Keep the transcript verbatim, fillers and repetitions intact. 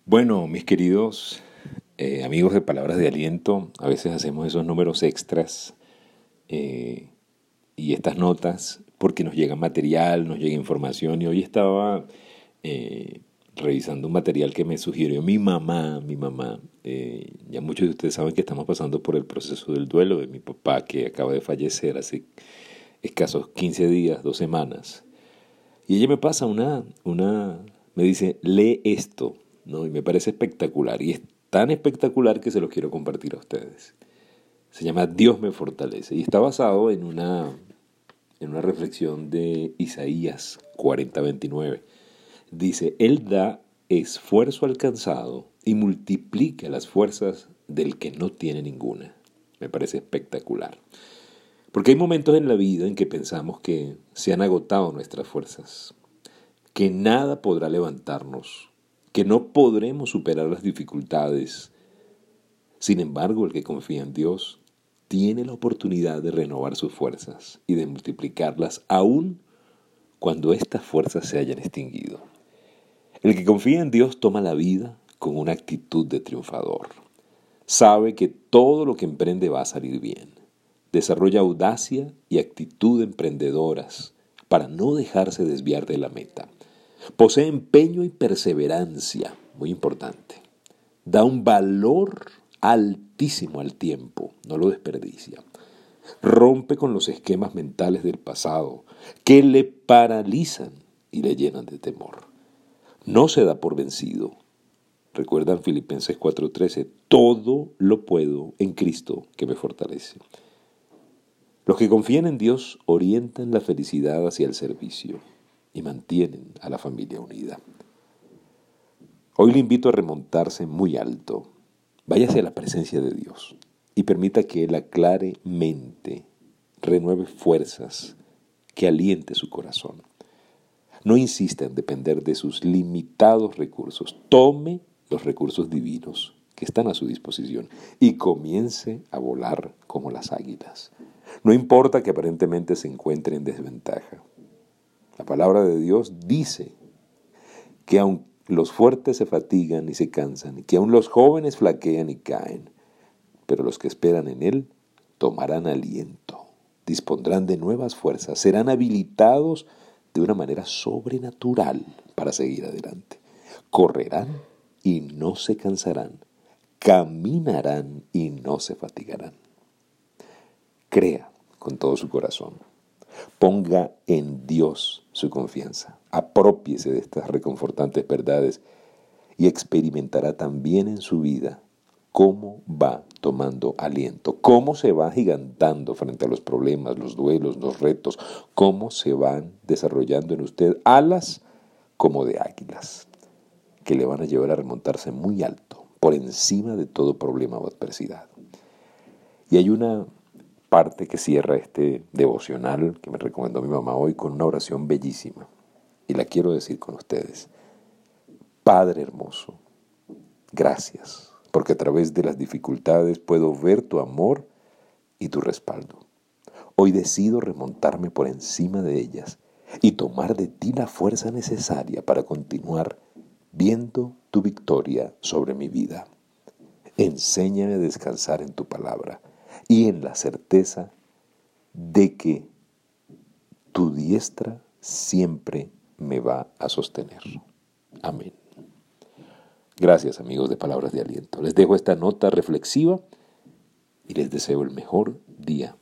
Bueno, mis queridos eh, amigos de Palabras de Aliento, a veces hacemos esos números extras eh, y estas notas porque nos llega material, nos llega información. Y hoy estaba eh, revisando un material que me sugirió mi mamá, mi mamá. Eh, ya muchos de ustedes saben que estamos pasando por el proceso del duelo de mi papá, que acaba de fallecer hace escasos quince días, dos semanas. Y ella me pasa una, una, me dice, lee esto, ¿no? Y me parece espectacular. Y es tan espectacular que se los quiero compartir a ustedes. Se llama Dios me fortalece. Y está basado en una, en una reflexión de Isaías cuarenta veintinueve. Dice, Él da esfuerzo al cansado y multiplica las fuerzas del que no tiene ninguna. Me parece espectacular. Porque hay momentos en la vida en que pensamos que se han agotado nuestras fuerzas, que nada podrá levantarnos, que no podremos superar las dificultades. Sin embargo, el que confía en Dios tiene la oportunidad de renovar sus fuerzas y de multiplicarlas aún cuando estas fuerzas se hayan extinguido. El que confía en Dios toma la vida con una actitud de triunfador. Sabe que todo lo que emprende va a salir bien. Desarrolla audacia y actitud emprendedoras para no dejarse desviar de la meta. Posee empeño y perseverancia, muy importante. Da un valor altísimo al tiempo, no lo desperdicia. Rompe con los esquemas mentales del pasado que le paralizan y le llenan de temor. No se da por vencido. Recuerdan Filipenses cuatro trece, todo lo puedo en Cristo que me fortalece. Los que confían en Dios orientan la felicidad hacia el servicio y mantienen a la familia unida. Hoy le invito a remontarse muy alto. Váyase a la presencia de Dios y permita que Él aclare mente, renueve fuerzas, que aliente su corazón. No insista en depender de sus limitados recursos. Tome los recursos divinos que están a su disposición y comience a volar como las águilas. No importa que aparentemente se encuentre en desventaja. La palabra de Dios dice que aun los fuertes se fatigan y se cansan, y que aun los jóvenes flaquean y caen, pero los que esperan en Él tomarán aliento, dispondrán de nuevas fuerzas, serán habilitados de una manera sobrenatural para seguir adelante. Correrán y no se cansarán, caminarán y no se fatigarán. Crea con todo su corazón. Ponga en Dios su confianza. Aprópiese de estas reconfortantes verdades y experimentará también en su vida cómo va tomando aliento, cómo se va agigantando frente a los problemas, los duelos, los retos, cómo se van desarrollando en usted alas como de águilas, que le van a llevar a remontarse muy alto, por encima de todo problema o adversidad. Y hay una parte que cierra este devocional que me recomendó mi mamá hoy con una oración bellísima. Y la quiero decir con ustedes. Padre hermoso, gracias, porque a través de las dificultades puedo ver tu amor y tu respaldo. Hoy decido remontarme por encima de ellas y tomar de ti la fuerza necesaria para continuar viendo tu victoria sobre mi vida. Enséñame a descansar en tu palabra y en la certeza de que tu diestra siempre me va a sostener. Amén. Gracias, amigos de Palabras de Aliento. Les dejo esta nota reflexiva y les deseo el mejor día